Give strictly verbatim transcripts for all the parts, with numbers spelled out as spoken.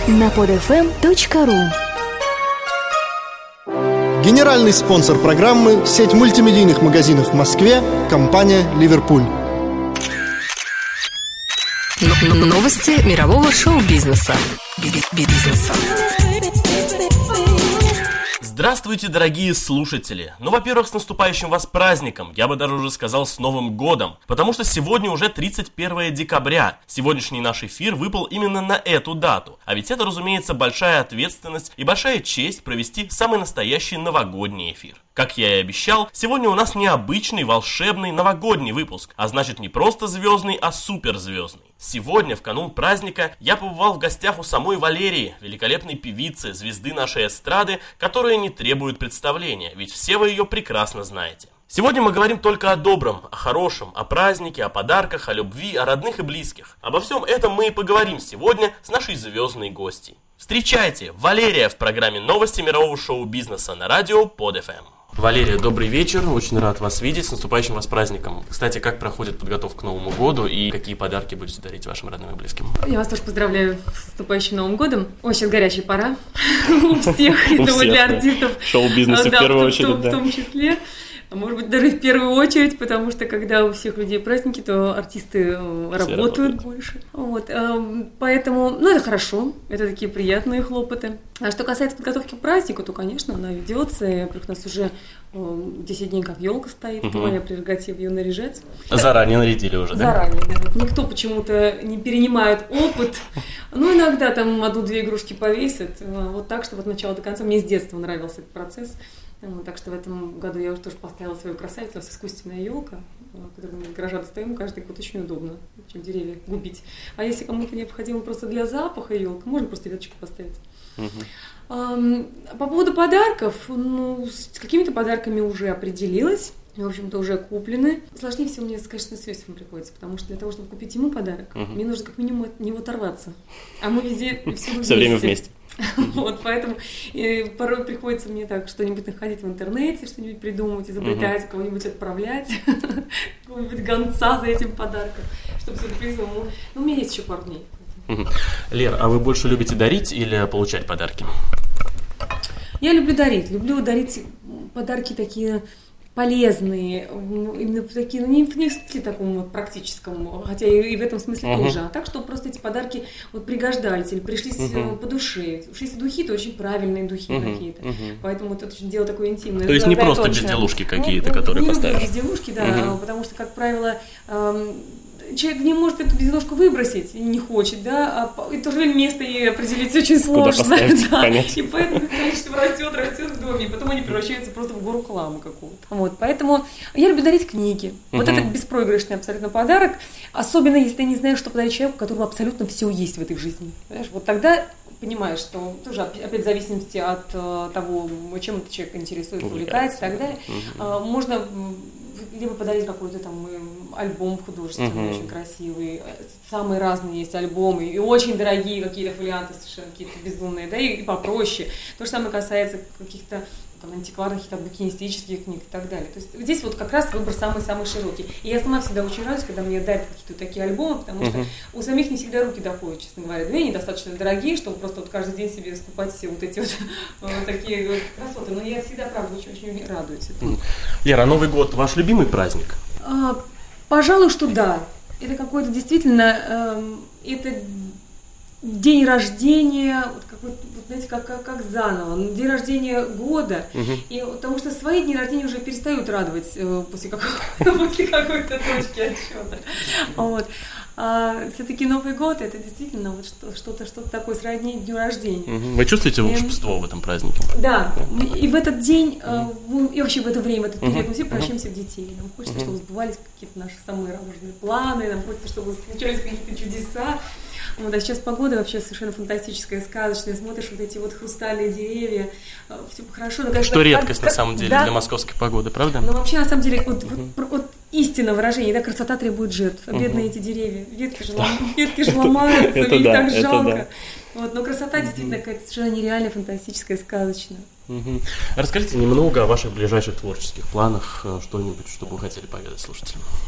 на под эф эм точка ру. Генеральный спонсор программы — сеть мультимедийных магазинов в Москве, компания «Ливерпуль». Новости мирового шоу-бизнеса. Бизнеса. Здравствуйте, дорогие слушатели! Ну, во-первых, с наступающим вас праздником, я бы даже уже сказал, с Новым годом, потому что сегодня уже тридцать первое декабря. Сегодняшний наш эфир выпал именно на эту дату. А ведь это, разумеется, большая ответственность и большая честь провести самый настоящий новогодний эфир. Как я и обещал, сегодня у нас необычный, волшебный новогодний выпуск, а значит не просто звездный, а суперзвездный. Сегодня, в канун праздника, я побывал в гостях у самой Валерии, великолепной певицы, звезды нашей эстрады, которая не требует представления, ведь все вы ее прекрасно знаете. Сегодня мы говорим только о добром, о хорошем, о празднике, о подарках, о любви, о родных и близких. Обо всем этом мы и поговорим сегодня с нашей звездной гостьей. Встречайте, Валерия в программе «Новости мирового шоу-бизнеса» на радио под эф эм. Валерия, добрый вечер, очень рад вас видеть, с наступающим вас праздником. Кстати, как проходит подготовка к Новому году и какие подарки будете дарить вашим родным и близким? Я вас тоже поздравляю с наступающим Новым годом. Очень горячая пора у всех, и для артистов. Шоу-бизнеса в первую очередь, да. В том числе. Может быть, даже в первую очередь, потому что когда у всех людей праздники, то артисты работают, работают больше. Вот, поэтому, ну, это хорошо, это такие приятные хлопоты. А что касается подготовки к празднику, то, конечно, она ведется. У нас уже десять дней как елка стоит, угу. Это моя прерогатива ее наряжать. Заранее нарядили уже, да? Заранее, да. Никто почему-то не перенимает опыт. Ну, иногда там одну-две игрушки повесят. Вот так, чтобы от начала до конца. Мне с детства нравился этот процесс. Ну, так что в этом году я уже тоже поставила свою красавицу. У нас искусственная елка, которую мы в гараже достаем каждый год, очень удобно, чем деревья губить. А если кому-то необходимо просто для запаха елка, можно просто веточку поставить. Uh-huh. А, по поводу подарков, ну, с какими-то подарками уже определилась. В общем-то, уже куплены. Сложнее всего мне, конечно, с Иосифом приходится, потому что для того, чтобы купить ему подарок, uh-huh. мне нужно как минимум от него оторваться. А мы везде все, все время вместе. Вот, поэтому и порой приходится мне так что-нибудь находить в интернете, что-нибудь придумывать, изобретать, uh-huh. кого-нибудь отправлять, какого-нибудь гонца за этим подарком, чтобы сюрприз ему. Ну, у меня есть еще пару дней. Uh-huh. Лер, а вы больше любите дарить или получать подарки? Я люблю дарить. Люблю дарить подарки такие полезные, именно такие, ну, не, не в смысле таком вот практическом, хотя и, и в этом смысле uh-huh. тоже, а так, чтобы просто эти подарки вот пригождались или пришлись uh-huh. по душе. Уж если духи, то очень правильные духи uh-huh. какие-то. Uh-huh. Поэтому это очень дело такое интимное. То есть не просто безделушки какие-то, ну, которые не поставишь? Не безделушки, да, uh-huh. потому что, как правило, эм, человек не может эту безделушку выбросить и не хочет, да, а и в то же время место ей определить очень сложно. Куда поставить, да. понятно. И поэтому количество растет, растет в доме, и потом они превращаются просто в гору хлама какого-то. Вот, поэтому я люблю дарить книги. Вот uh-huh. это беспроигрышный абсолютно подарок, особенно если ты не знаешь, что подарить человеку, у которого абсолютно все есть в этой жизни. Знаешь, вот тогда понимаешь, что тоже опять в зависимости от uh, того, чем этот человек интересуется, увлекается и так далее, uh-huh. uh, можно либо подарить какой-то там альбом художественный, uh-huh. очень красивый. Самые разные есть альбомы, и очень дорогие какие-то фолианты, совершенно какие-то безумные, да, и, и попроще. То же самое касается каких-то там антикварных, каких-то букинистических книг и так далее. То есть здесь вот как раз выбор самый-самый широкий. И я сама всегда очень радуюсь, когда мне дарят какие-то такие альбомы, потому что uh-huh. у самих не всегда руки доходят, честно говоря. Да, они достаточно дорогие, чтобы просто вот каждый день себе скупать все вот эти вот, вот такие вот красоты. Но я всегда, правда, очень-очень радуюсь этому. Лера, а Новый год ваш любимый праздник? А, пожалуй, что да. Это какой-то действительно, э, это день рождения, вот какой-то, вот, знаете, как, как, как заново, день рождения года, uh-huh. и, потому что свои дни рождения уже перестают радовать э, после, какого, после какой-то точки отсчета. Вот. А все-таки Новый год — это действительно вот что-то, что-то такое сродни дню рождения. Uh-huh. Вы чувствуете волшебство и, в этом празднике? Да, и в этот день, uh-huh. и вообще в это время, в этот период, uh-huh. мы все прощаемся uh-huh. в детей. Нам хочется, uh-huh. чтобы сбывались какие-то наши самые радужные планы, нам хочется, чтобы случались какие-то чудеса. Вот, а сейчас погода вообще совершенно фантастическая, сказочная. Смотришь вот эти вот хрустальные деревья, все хорошо. Но, что редкость, как, на самом деле, да? Для московской погоды, правда? Ну, вообще, на самом деле, вот, uh-huh. вот, вот истинное выражение, да, красота требует жертв. А бедные uh-huh. эти деревья, ветки же, лом... ветки же ломаются, мне да, так жалко. Да. Вот, но красота uh-huh. действительно какая-то совершенно нереальная, фантастическая, сказочная. Uh-huh. Расскажите немного о ваших ближайших творческих планах, что-нибудь, что бы вы хотели поведать слушателям.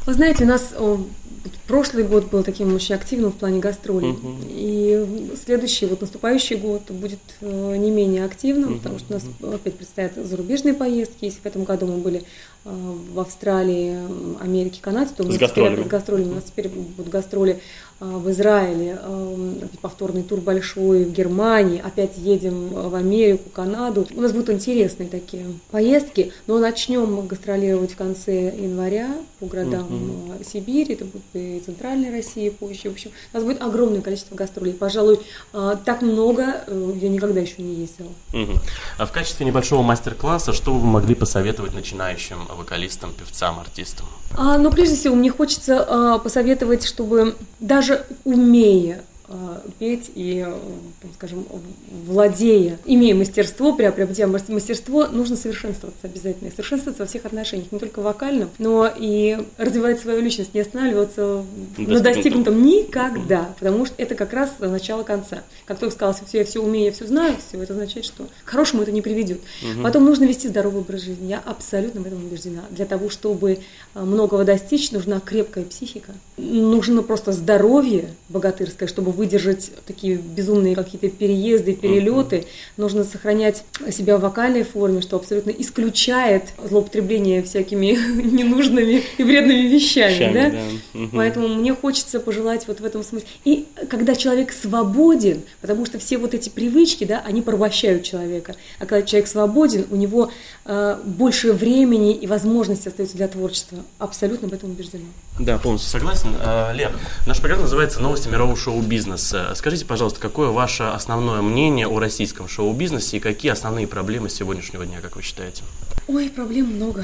Вы знаете, у нас о, прошлый год был таким очень активным в плане гастролей. Uh-huh. И следующий, вот наступающий год будет э, не менее активным, uh-huh. потому что у нас опять предстоят зарубежные поездки. Если в этом году мы были э, в Австралии, Америке, Канаде, то с гастролями. Теперь, с гастролями. У нас теперь будут гастроли э, в Израиле, э, повторный тур большой в Германии, опять едем в Америку, Канаду. У нас будут интересные такие поездки, но начнем гастролировать в конце января по городам uh-huh. Сибири, это будет и Центральной России позже. В общем, у нас будет огромное количество гастролей. Пожалуй, так много я никогда еще не ездила. Uh-huh. А в качестве небольшого мастер-класса, что вы могли посоветовать начинающим вокалистам, певцам, артистам? А, ну, прежде всего, мне хочется а, посоветовать, чтобы даже умея петь и, скажем, владея, имея мастерство, приобретя мастерство, нужно совершенствоваться обязательно. Совершенствоваться во всех отношениях, не только вокально, но и развивать свою личность, не останавливаться на достигнутом никогда, потому что это как раз начало конца. Как только сказала, все, я все умею, я все знаю, все, это означает, что к хорошему это не приведет. Угу. Потом нужно вести здоровый образ жизни. Я абсолютно в этом убеждена. Для того, чтобы многого достичь, нужна крепкая психика, нужно просто здоровье богатырское, чтобы выдержать такие безумные какие-то переезды, перелеты. Uh-huh. Нужно сохранять себя в вокальной форме, что абсолютно исключает злоупотребление всякими ненужными и вредными вещами. вещами да? Да. Uh-huh. Поэтому мне хочется пожелать вот в этом смысле. И когда человек свободен, потому что все вот эти привычки, да, они порабощают человека. А когда человек свободен, у него э, больше времени и возможностей остается для творчества. Абсолютно в этом убеждена. Да, полностью согласен. Лен, наша программа называется «Новости мирового шоу-бизнеса». Скажите, пожалуйста, какое ваше основное мнение о российском шоу-бизнесе и какие основные проблемы сегодняшнего дня, как вы считаете? Ой, проблем много.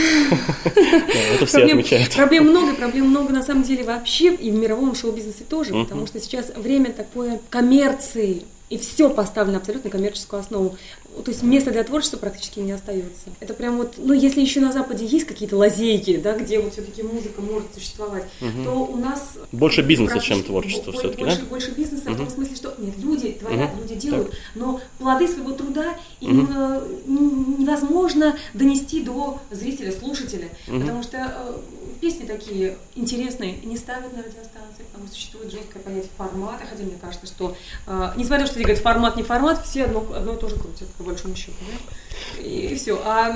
Это все отмечают. Проблем много, проблем много на самом деле вообще и в мировом шоу-бизнесе тоже, потому что сейчас время такое коммерции. И все поставлено абсолютно на коммерческую основу. То есть места для творчества практически не остается. Это прям вот, ну если еще на Западе есть какие-то лазейки, да, где вот все-таки музыка может существовать, угу. то у нас больше бизнеса, чем творчество больше, все-таки, больше, да? Больше бизнеса угу. в том смысле, что нет, люди творят, угу. люди делают, так. но плоды своего труда им угу. невозможно донести до зрителя, слушателя, угу. потому что э, песни такие интересные не ставят на радиостанции, потому что существует жесткое понятие формата, хотя мне кажется, что э, несмотря на то, что говорят формат, не формат, все одно, одно и то же крутят, по большому счету, да? И, и все. А,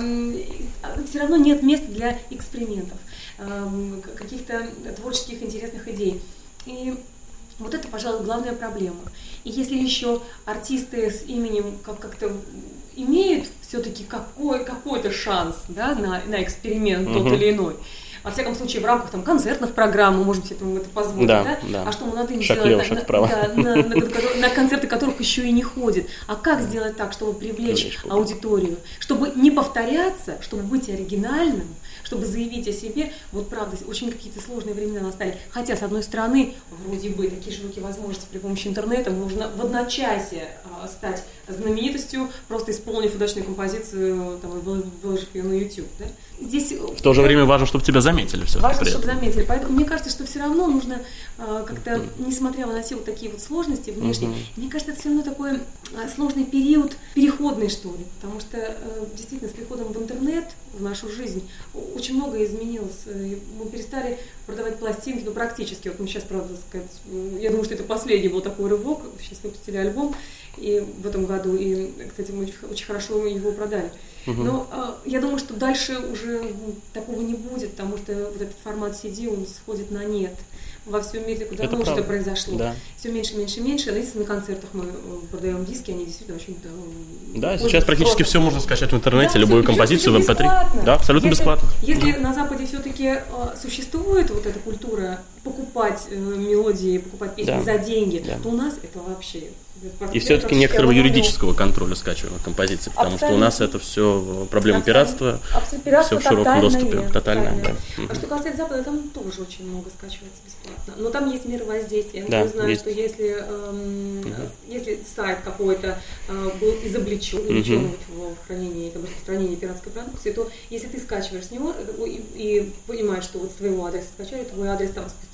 а все равно нет места для экспериментов, э, каких-то творческих интересных идей. И вот это, пожалуй, главная проблема. И если еще артисты с именем как- как-то имеют все-таки какой- какой-то шанс, да, на, на эксперимент тот uh-huh. или иной, во всяком случае, в рамках там, концертных программ мы можем себе это позволить, да, да? Да. А что мы надо им шаг сделать лево, на, шаг вправо. Да, на, на, на, на концерты, которых еще и не ходят. А как сделать так, чтобы привлечь Привлечь аудиторию, чтобы не повторяться, чтобы быть оригинальным, чтобы заявить о себе? Вот правда, очень какие-то сложные времена настали. Хотя, с одной стороны, вроде бы такие широкие возможности при помощи интернета можно в одночасье а, стать знаменитостью, просто исполнив удачную композицию, там, выложив ее на YouTube, да? Здесь в то же время важно, чтобы тебя заметили все-таки. Важно, чтобы заметили. Поэтому мне кажется, что все равно нужно э, как-то, uh-huh. несмотря на все вот такие вот сложности внешние, uh-huh. мне кажется, это все равно такой э, сложный период, переходный, что ли. Потому что э, действительно с приходом в интернет в нашу жизнь очень многое изменилось. Мы перестали продавать пластинки, ну практически. Вот мы сейчас, правда, сказать, я думаю, что это последний был такой рывок. Сейчас выпустили альбом и в этом году, и, кстати, мы очень хорошо его продали. Uh-huh. Но э, я думаю, что дальше уже ну, такого не будет, потому что вот этот формат си ди, он сходит на нет. Во всем мире куда это уже это правда. произошло. Да. Все меньше, меньше, меньше. Но если на концертах мы продаем диски, они действительно очень... Да, сейчас практически просто. Все можно скачать в интернете, да, любую композицию в эм пэ три. Бесплатно. Да, абсолютно если, бесплатно. Если да. на Западе все-таки э, существует вот эта культура покупать э, мелодии, покупать песни да. за деньги, да. то у нас это вообще... И все-таки некоторого юридического контроля скачивания композиции, потому абсолютно. Что у нас это все проблема пиратства, все в широком доступе, тотальное. Да. А что касается Запада, там тоже очень много скачивается бесплатно. Но там есть меры воздействия. Да, Я знаю, есть. что если, эм, угу. если сайт какой-то э, был изобличен, угу. в хранении, там, распространении пиратской продукции, то если ты скачиваешь с него и, и понимаешь, что вот с твоего адреса скачали, твой адрес там спустя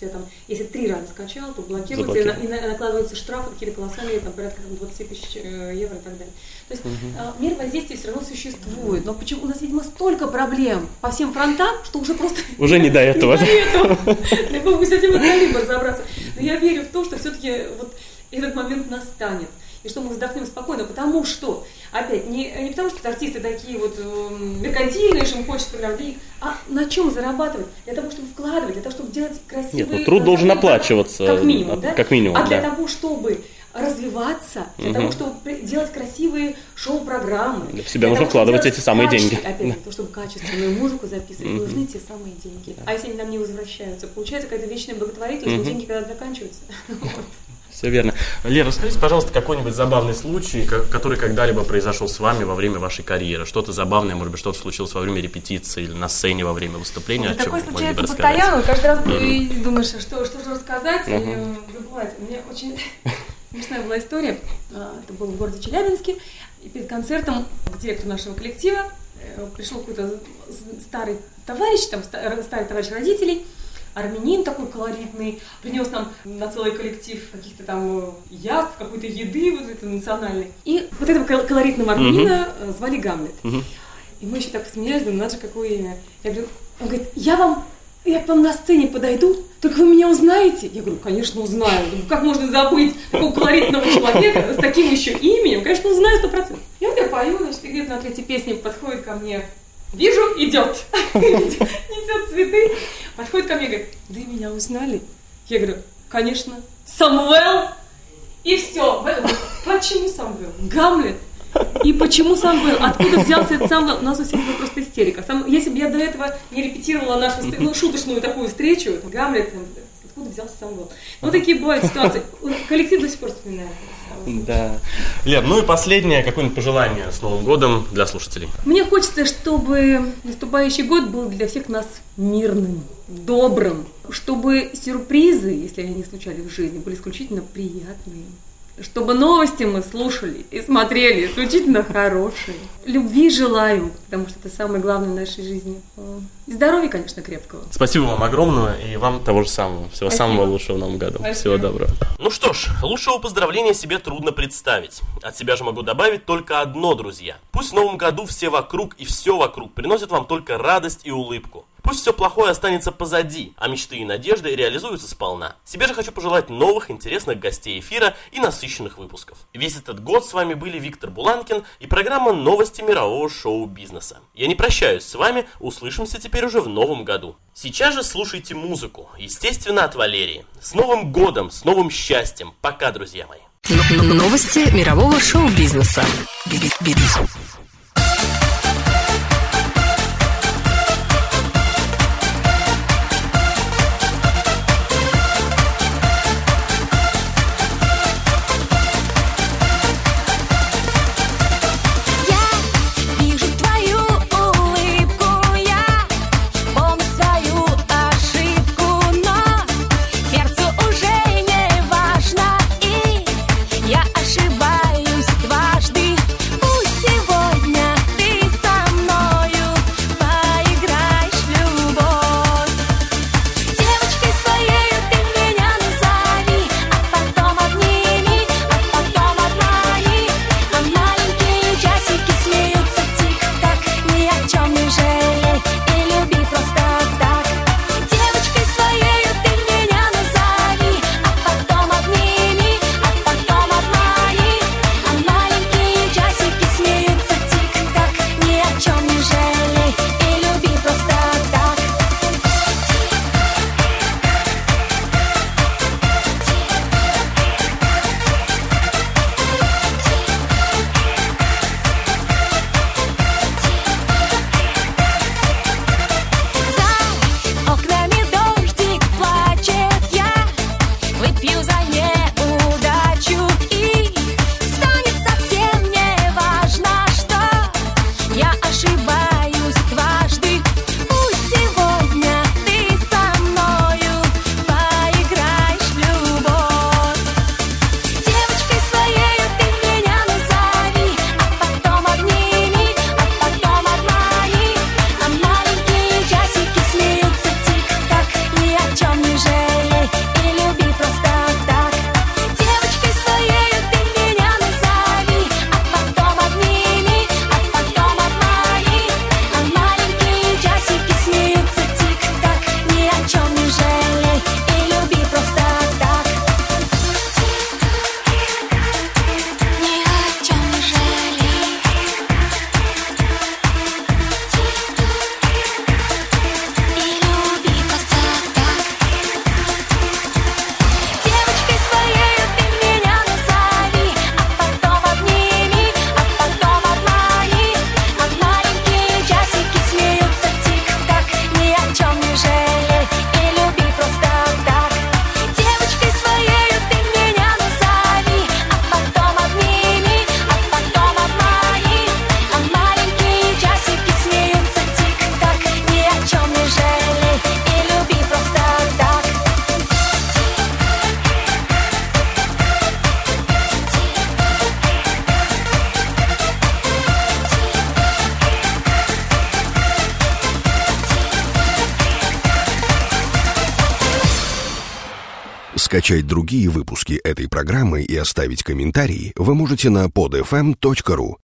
тебя там, если три раза скачал, то блокируется, и, на, и на, накладываются штрафы какие-то колоссальные, там, порядка двадцать тысяч евро и так далее. То есть угу. мера воздействия все равно существует, но почему у нас, видимо, столько проблем по всем фронтам, что уже просто... Уже не до этого. Не до этого. Дай бог, мы с этим остальным разобраться. Но я верю в то, что все-таки вот этот момент настанет. И что мы вздохнем спокойно, потому что, опять, не, не потому что артисты такие вот э, меркантильные, что им хочется прям денег, а на чем зарабатывать? Для того, чтобы вкладывать, для того, чтобы делать красивые... Нет, ну труд должен оплачиваться. Как минимум, да? Как минимум, а для да. того, чтобы развиваться, для угу. того, чтобы делать красивые шоу-программы. В себя нужно вкладывать эти самые деньги. Опять, для того, чтобы качественную музыку записывать, угу. нужны те самые деньги. А если они нам не возвращаются, получается какая-то вечная благотворительность, угу. но деньги когда-то заканчиваются. Все верно. Лера, расскажите, пожалуйста, какой-нибудь забавный случай, который когда-либо произошел с вами во время вашей карьеры. Что-то забавное, может быть, что-то случилось во время репетиции или на сцене во время выступления. Ну, такое случается постоянно, каждый раз mm-hmm. думаешь, что, что же рассказать, uh-huh. и забывать. У меня очень смешная была история. Это было в городе Челябинске, и перед концертом к директору нашего коллектива пришел какой-то старый товарищ, там, старый товарищ родителей, армянин такой колоритный, принес нам на целый коллектив каких-то там яств, какой-то еды вот этой национальной. И вот этого колоритного армянина uh-huh. звали Гамлет. Uh-huh. И мы еще так смеялись, думали, надо же, какое имя. Я говорю, он говорит, я вам, я к вам на сцене подойду, только вы меня узнаете? Я говорю, конечно, узнаю. Как можно забыть такого колоритного человека с таким еще именем? Конечно, узнаю сто процентов. И вот я пою, значит, и где-то на третьей песне подходит ко мне. Вижу, идет, несет цветы, подходит ко мне и говорит, вы меня узнали? Я говорю, конечно, Самвел. И все. Почему Самвел? Гамлет. И почему Самвел? Откуда взялся этот Самвел? У нас у всех была просто истерика. Сам, если бы я до этого не репетировала нашу ну, шуточную такую встречу, Гамлет, откуда взялся Самвел? Ну, такие бывают ситуации. Коллектив до сих пор вспоминает. Да. Лер, ну и последнее, какое-нибудь пожелание с Новым годом для слушателей? Мне хочется, чтобы наступающий год был для всех нас мирным, добрым, чтобы сюрпризы, если они случались в жизни, были исключительно приятные. Чтобы новости мы слушали и смотрели исключительно хорошие. Любви желаю, потому что это самое главное в нашей жизни. И здоровья, конечно, крепкого. Спасибо вам огромное, и вам того же самого. Всего Спасибо. Самого лучшего в новом году. Спасибо. Всего доброго. Ну что ж, лучшего поздравления себе трудно представить. От себя же могу добавить только одно, друзья. Пусть в новом году все вокруг и все вокруг приносят вам только радость и улыбку. Пусть все плохое останется позади, а мечты и надежды реализуются сполна. Себе же хочу пожелать новых, интересных гостей эфира и насыщенных выпусков. Весь этот год с вами были Виктор Буланкин и программа «Новости мирового шоу-бизнеса». Я не прощаюсь с вами, услышимся теперь уже в новом году. Сейчас же слушайте музыку, естественно, от Валерии. С Новым годом, с новым счастьем. Пока, друзья мои. Новости мирового шоу-бизнеса. Я ошибаюсь дважды, пусть сегодня Скачать другие выпуски этой программы и оставить комментарии вы можете на под эф эм точка ру.